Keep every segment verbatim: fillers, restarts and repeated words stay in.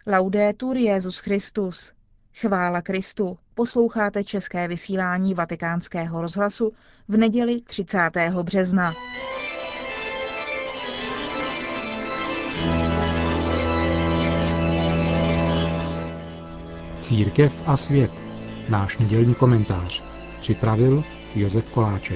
Laudetur Jesus Christus. Chvála Kristu. Posloucháte české vysílání Vatikánského rozhlasu v neděli třicátého března. Církev a svět. Náš nedělní komentář. Připravil Josef Koláček.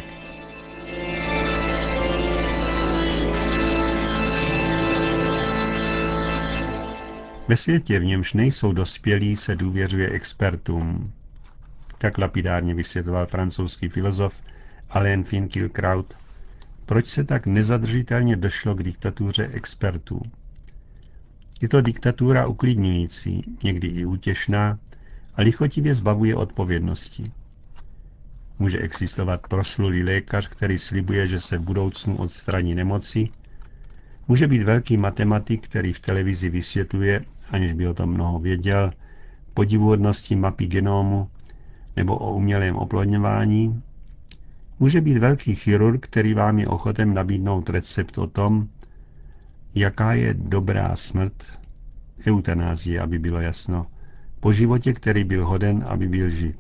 Ve světě, v němž nejsou dospělí, se důvěřuje expertům. Tak lapidárně vysvětloval francouzský filozof Alain Finkielkraut, proč se tak nezadržitelně došlo k diktatuře expertů. Je to diktatura uklidňující, někdy i útěšná, a lichotivě zbavuje odpovědnosti. Může existovat proslulý lékař, který slibuje, že se v budoucnu odstraní nemoci. Může být velký matematik, který v televizi vysvětluje, aniž by o tom mnoho věděl, podivuhodnosti mapy genomu nebo o umělém oplodňování. Může být velký chirurg, který vám je ochoten nabídnout recept o tom, jaká je dobrá smrt, eutanázie, aby bylo jasno, po životě, který byl hoden, aby byl žit.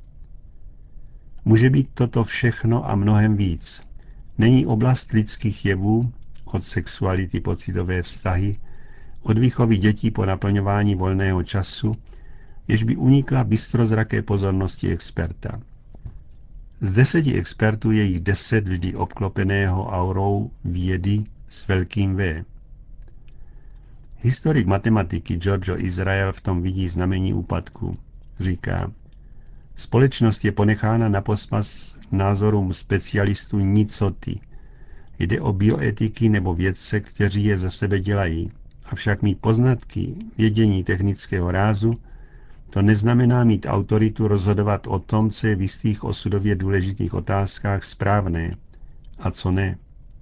Může být toto všechno a mnohem víc. Není oblast lidských jevů, od sexuality po citové vztahy, od výchovy dětí po naplňování volného času, jež by unikla bystrozraké pozornosti experta. Z deseti expertů je jich deset vždy obklopeného aurou vědy s velkým V. Historik matematiky Giorgio Israel v tom vidí znamení úpadku. Říká, společnost je ponechána na pospas názorům specialistů nicoty. Jde o bioetiky nebo vědce, kteří je za sebe dělají. Avšak mít poznatky, vědění technického rázu, to neznamená mít autoritu rozhodovat o tom, co je v jistých osudově důležitých otázkách správné a co ne.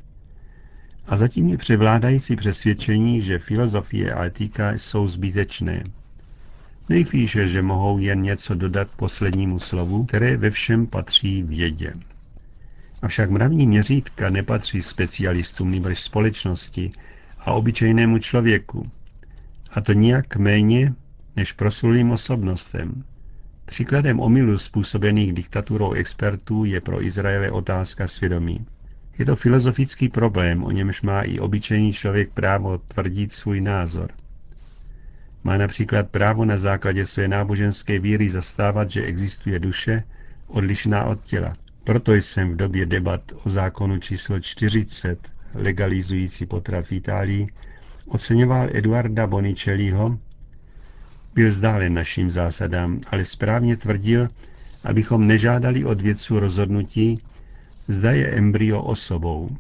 A zatím je převládající přesvědčení, že filozofie a etika jsou zbytečné. Nejpíše, že mohou jen něco dodat poslednímu slovu, které ve všem patří vědě. Avšak mravní měřítka nepatří specialistům nýbrž společnosti a obyčejnému člověku. A to nijak méně než proslulým osobnostem. Příkladem omylů způsobených diktaturou expertů je pro Izraele otázka svědomí. Je to filozofický problém, o němž má i obyčejný člověk právo tvrdit svůj názor. Má například právo na základě své náboženské víry zastávat, že existuje duše odlišná od těla. Proto jsem v době debat o zákonu číslo čtyřicet, legalizující potrat v Itálii, oceňoval Eduarda Bonicelliho. Byl vzdálen našim zásadám, ale správně tvrdil, abychom nežádali od vědců rozhodnutí, zda je embryo osobou.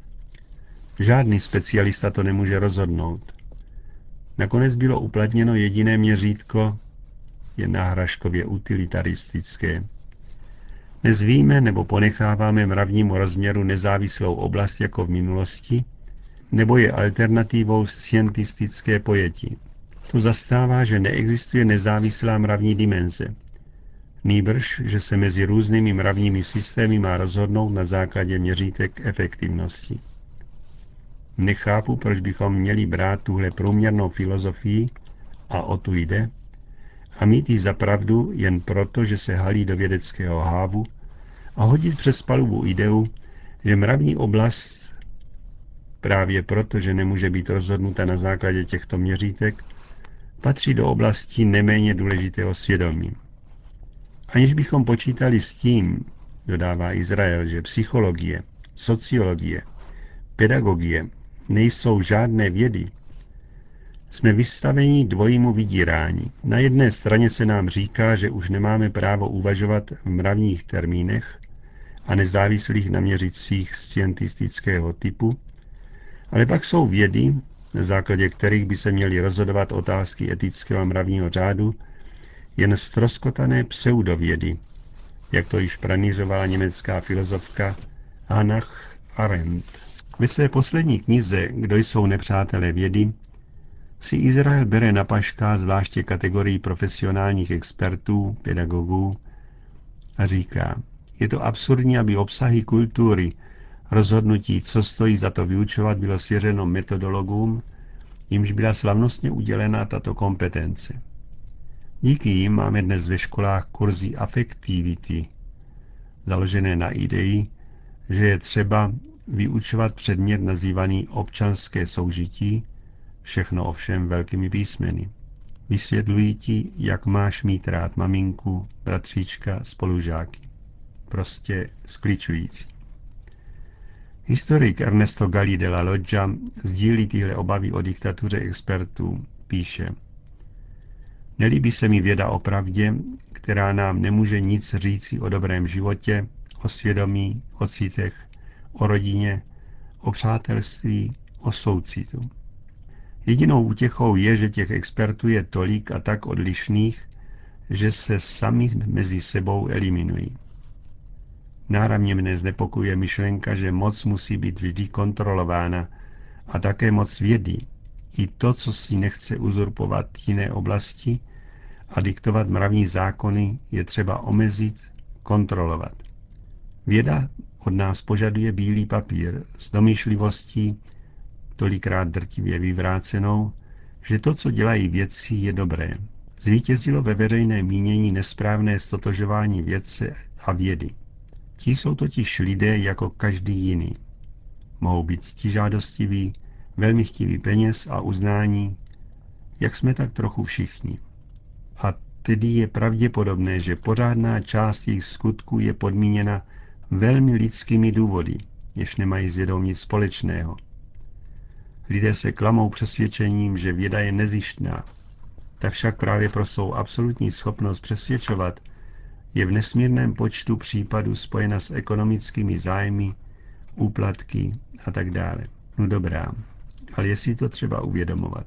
Žádný specialista to nemůže rozhodnout. Nakonec bylo uplatněno jediné měřítko, je náhražkově utilitaristické. Dnes víme nebo ponecháváme mravnímu rozměru nezávislou oblast jako v minulosti, nebo je alternativou scientistické pojetí. To zastává, že neexistuje nezávislá mravní dimenze. Nýbrž, že se mezi různými mravními systémy má rozhodnout na základě měřítek efektivnosti. Nechápu, proč bychom měli brát tuhle průměrnou filozofii, a o tu jde, a mít ji za pravdu jen proto, že se halí do vědeckého hávu a hodit přes palubu ideu, že mravní oblast právě proto, že nemůže být rozhodnuta na základě těchto měřítek, patří do oblasti neméně důležitého svědomí. Aniž bychom počítali s tím, dodává Izrael, že psychologie, sociologie, pedagogie nejsou žádné vědy, jsme vystaveni dvojímu vydírání. Na jedné straně se nám říká, že už nemáme právo uvažovat v mravních termínech a nezávislých na měřicích scientistického typu, ale pak jsou vědy, na základě kterých by se měly rozhodovat otázky etického a mravního řádu, jen ztroskotané pseudovědy, jak to již pranířovala německá filozofka Hannah Arendt. Ve své poslední knize Kdo jsou nepřátelé vědy si Izrael bere na paška zvláště kategorii profesionálních expertů, pedagogů a říká, je to absurdní, aby obsahy kultury, rozhodnutí, co stojí za to vyučovat, bylo svěřeno metodologům, jimž byla slavnostně udělena tato kompetence. Díky jim máme dnes ve školách kurzy afektivity, založené na ideji, že je třeba vyučovat předmět nazývaný občanské soužití, všechno ovšem velkými písmeny. Vysvětlují ti, jak máš mít rád maminku, bratříčka, spolužáky. Prostě skličující. Historik Ernesto Galli de la Loggia sdílí tyhle obavy o diktatuře expertů. Píše: Nelíbí se mi věda o pravdě, která nám nemůže nic říci o dobrém životě, o svědomí, o citech, o rodině, o přátelství, o soucitu. Jedinou útěchou je, že těch expertů je tolik a tak odlišných, že se sami mezi sebou eliminují. Náramně mne znepokojuje myšlenka, že moc musí být vždy kontrolována a také moc vědy. I to, co si nechce uzurpovat jiné oblasti a diktovat mravní zákony, je třeba omezit, kontrolovat. Věda od nás požaduje bílý papír s domýšlivostí, tolikrát drtivě vyvrácenou, že to, co dělají vědci, je dobré. Zvítězilo ve veřejné mínění nesprávné stotožování vědce a vědy. Ti jsou totiž lidé jako každý jiný. Mohou být ctižádostiví, velmi chtiví peněz a uznání, jak jsme tak trochu všichni. A tedy je pravděpodobné, že pořádná část jejich skutků je podmíněna velmi lidskými důvody, jež nemají s vědou nic společného. Lidé se klamou přesvědčením, že věda je nezištná. Ta však právě pro svou absolutní schopnost přesvědčovat je v nesmírném počtu případů spojena s ekonomickými zájmy, úplatky a tak dále. No dobrá, ale je si to třeba uvědomovat.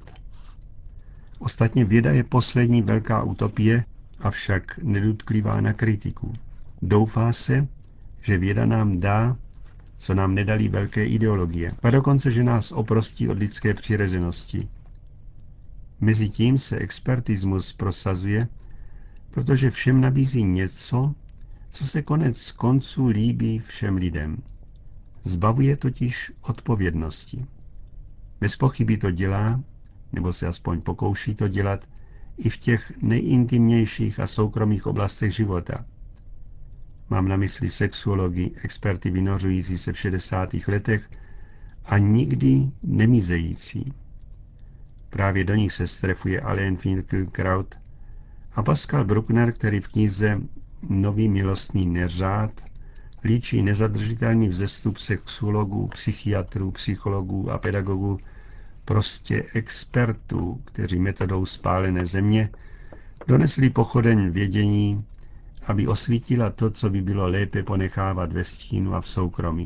Ostatně věda je poslední velká utopie, avšak nedutklivá na kritiku. Doufá se, že věda nám dá, co nám nedali velké ideologie, a dokonce, že nás oprostí od lidské přirozenosti. Mezitím se expertismus prosazuje, protože všem nabízí něco, co se konec konců líbí všem lidem. Zbavuje totiž odpovědnosti. Bez pochyby to dělá, nebo se aspoň pokouší to dělat, i v těch nejintimnějších a soukromých oblastech života. Mám na mysli sexuology, experty vynořující se v šedesátých letech a nikdy nemizející. Právě do nich se strefuje Alain Finkielkraut a Pascal Bruckner, který v knize Nový milostný neřád líčí nezadržitelný vzestup sexuologů, psychiatrů, psychologů a pedagogů, prostě expertů, kteří metodou spálené země donesli pochodeň vědění, aby osvítila to, co by bylo lépe ponechávat ve stínu a v soukromí.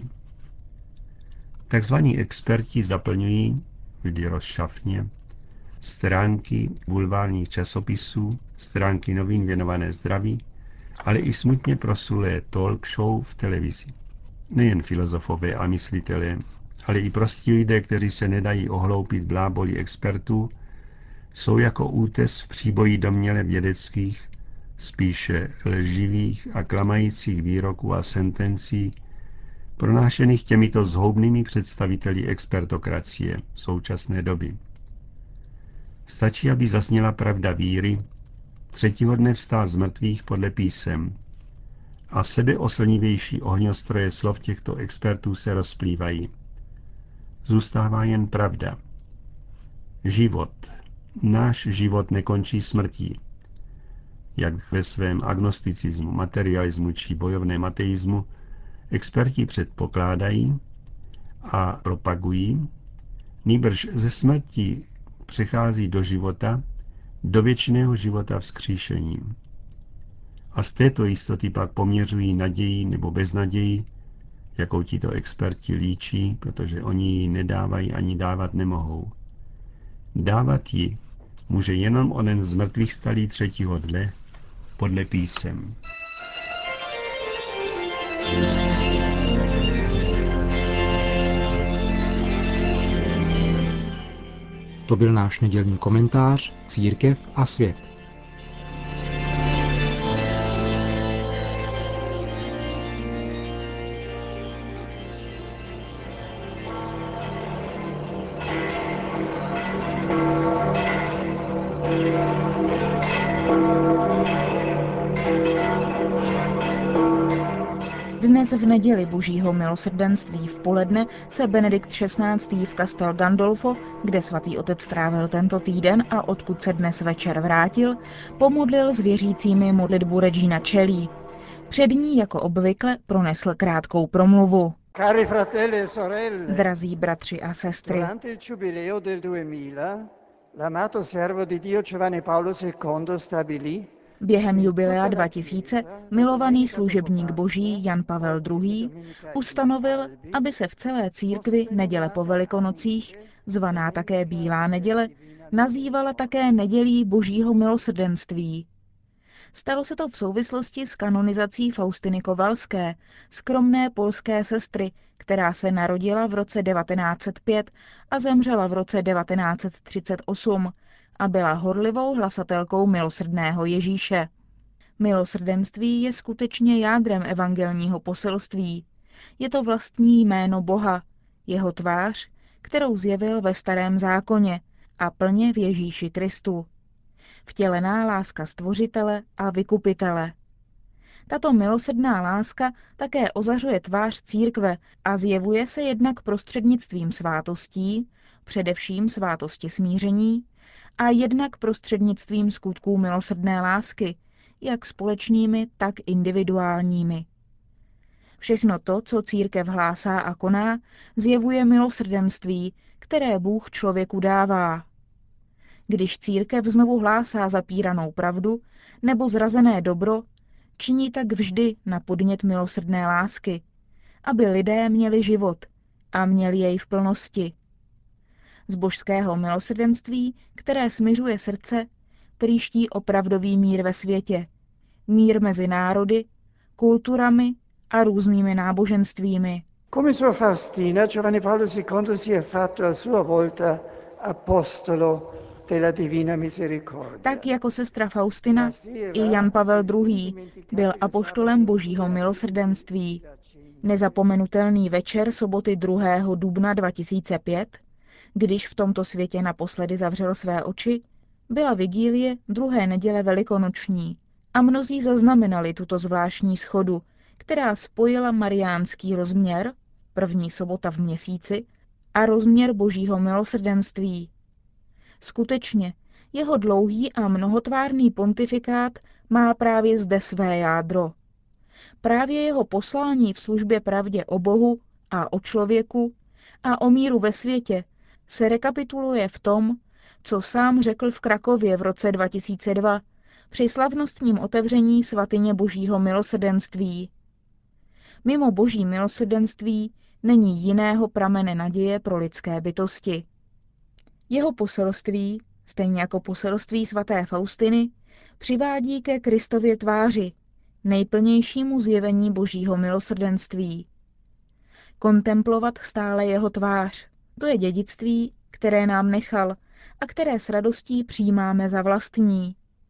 Takzvaní experti zaplňují, vždy rozšafně, stránky bulvárních časopisů, stránky novin věnované zdraví, ale i smutně proslulé talk show v televizi. Nejen filozofové a myslitelé, ale i prostí lidé, kteří se nedají ohloupit blábolí expertů, jsou jako útes v příboji domněle vědeckých, spíše lživých a klamajících výroků a sentencí, pronášených těmito zhoubnými představiteli expertokracie současné doby. Stačí, aby zazněla pravda víry, třetího dne vstát z mrtvých podle písem, a sebeoslnivější ohňostroje slov těchto expertů se rozplývají. Zůstává jen pravda. Život. Náš život nekončí smrtí. Jak ve svém agnosticismu, materialismu či bojovném ateismu experti předpokládají a propagují, nýbrž ze smrti přechází do života, do věčného života vzkříšením. A z této jistoty pak poměřují naději nebo beznaději, jakou tito experti líčí, protože oni ji nedávají ani dávat nemohou. Dávat ji může jenom onen z mrtvých stalý třetího dne podle písem. To byl náš nedělní komentář Církev a svět. Dnes v neděli Božího milosrdenství v poledne se Benedikt šestnáctý v Castel Gandolfo, kde svatý otec strávil tento týden a odkud se dnes večer vrátil, pomodlil s věřícími modlitbu Regina Coeli. Před ní jako obvykle pronesl krátkou promluvu. Cari fratelli e sorelle, Drazí bratři a sestry, durante il giubileo del duemila, l'amato servo di Dio Giovanni Paolo secondo stabilì během jubilea dva tisíce milovaný služebník Boží Jan Pavel druhý. ustanovil, aby se v celé církvi neděle po Velikonocích, zvaná také Bílá neděle, nazývala také nedělí Božího milosrdenství. Stalo se to v souvislosti s kanonizací Faustiny Kowalské, skromné polské sestry, která se narodila v roce devatenáct set pět a zemřela v roce devatenáct set třicet osm a byla horlivou hlasatelkou milosrdného Ježíše. Milosrdenství je skutečně jádrem evangelního poselství. Je to vlastní jméno Boha, jeho tvář, kterou zjevil ve Starém zákoně a plně v Ježíši Kristu. Vtělená láska Stvořitele a Vykupitele. Tato milosrdná láska také ozařuje tvář církve a zjevuje se jednak prostřednictvím svátostí, především svátosti smíření, a jednak prostřednictvím skutků milosrdné lásky, jak společnými, tak individuálními. Všechno to, co církev hlásá a koná, zjevuje milosrdenství, které Bůh člověku dává. Když církev znovu hlásá zapíranou pravdu nebo zrazené dobro, činí tak vždy na podnět milosrdné lásky, aby lidé měli život a měli jej v plnosti. Z božského milosrdenství, které smiřuje srdce, prýští opravdový mír ve světě, mír mezi národy, kulturami a různými náboženstvími. Come sua Faustina, Giovanni Paolo secondo si è fatto a sua volta apostolo della Divina Misericordia. Tak jako sestra Faustina, i Jan Pavel druhý. byl apoštolem Božího milosrdenství. Nezapomenutelný večer soboty druhého dubna dva tisíce pět, když v tomto světě naposledy zavřel své oči, byla vigílie druhé neděle velikonoční a mnozí zaznamenali tuto zvláštní shodu, která spojila mariánský rozměr, první sobota v měsíci, a rozměr Božího milosrdenství. Skutečně, jeho dlouhý a mnohotvárný pontifikát má právě zde své jádro. Právě jeho poslání v službě pravdě o Bohu a o člověku a o míru ve světě se rekapituluje v tom, co sám řekl v Krakově v roce dva tisíce dva při slavnostním otevření svatyně Božího milosrdenství. Mimo Boží milosrdenství není jiného pramene naděje pro lidské bytosti. Jeho poselství, stejně jako poselství svaté Faustiny, přivádí ke Kristově tváři, nejplnějšímu zjevení Božího milosrdenství. Kontemplovat stále jeho tvář, to je dědictví, které nám nechal a které s radostí přijímáme za vlastní.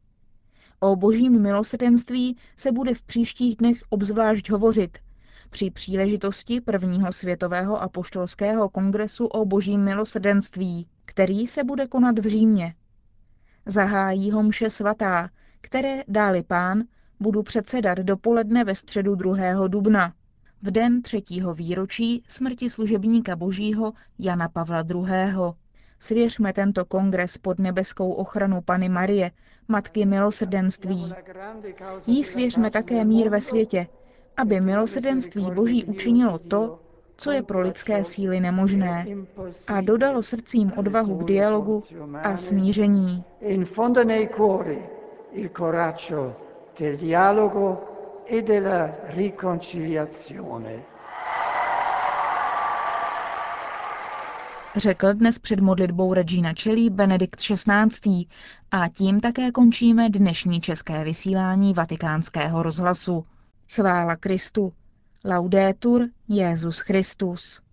O Božím milosrdenství se bude v příštích dnech obzvlášť hovořit při příležitosti prvního světového apoštolského kongresu o Božím milosrdenství, který se bude konat v Římě. Zahájí ho mše svatá, které, dáli Pán, budu předsedat dopoledne ve středu druhého dubna, v den třetího výročí smrti služebníka Božího Jana Pavla druhého. Svěřme tento kongres pod nebeskou ochranu Panny Marie, Matky milosrdenství. Jí svěřme také mír ve světě, aby milosrdenství Boží učinilo to, co je pro lidské síly nemožné, a dodalo srdcím odvahu k dialogu a smíření. Řekl dnes před modlitbou Regina Coeli Benedikt šestnáctý. A tím také končíme dnešní české vysílání Vatikánského rozhlasu. Chvála Kristu. Laudetur Jesus Christus.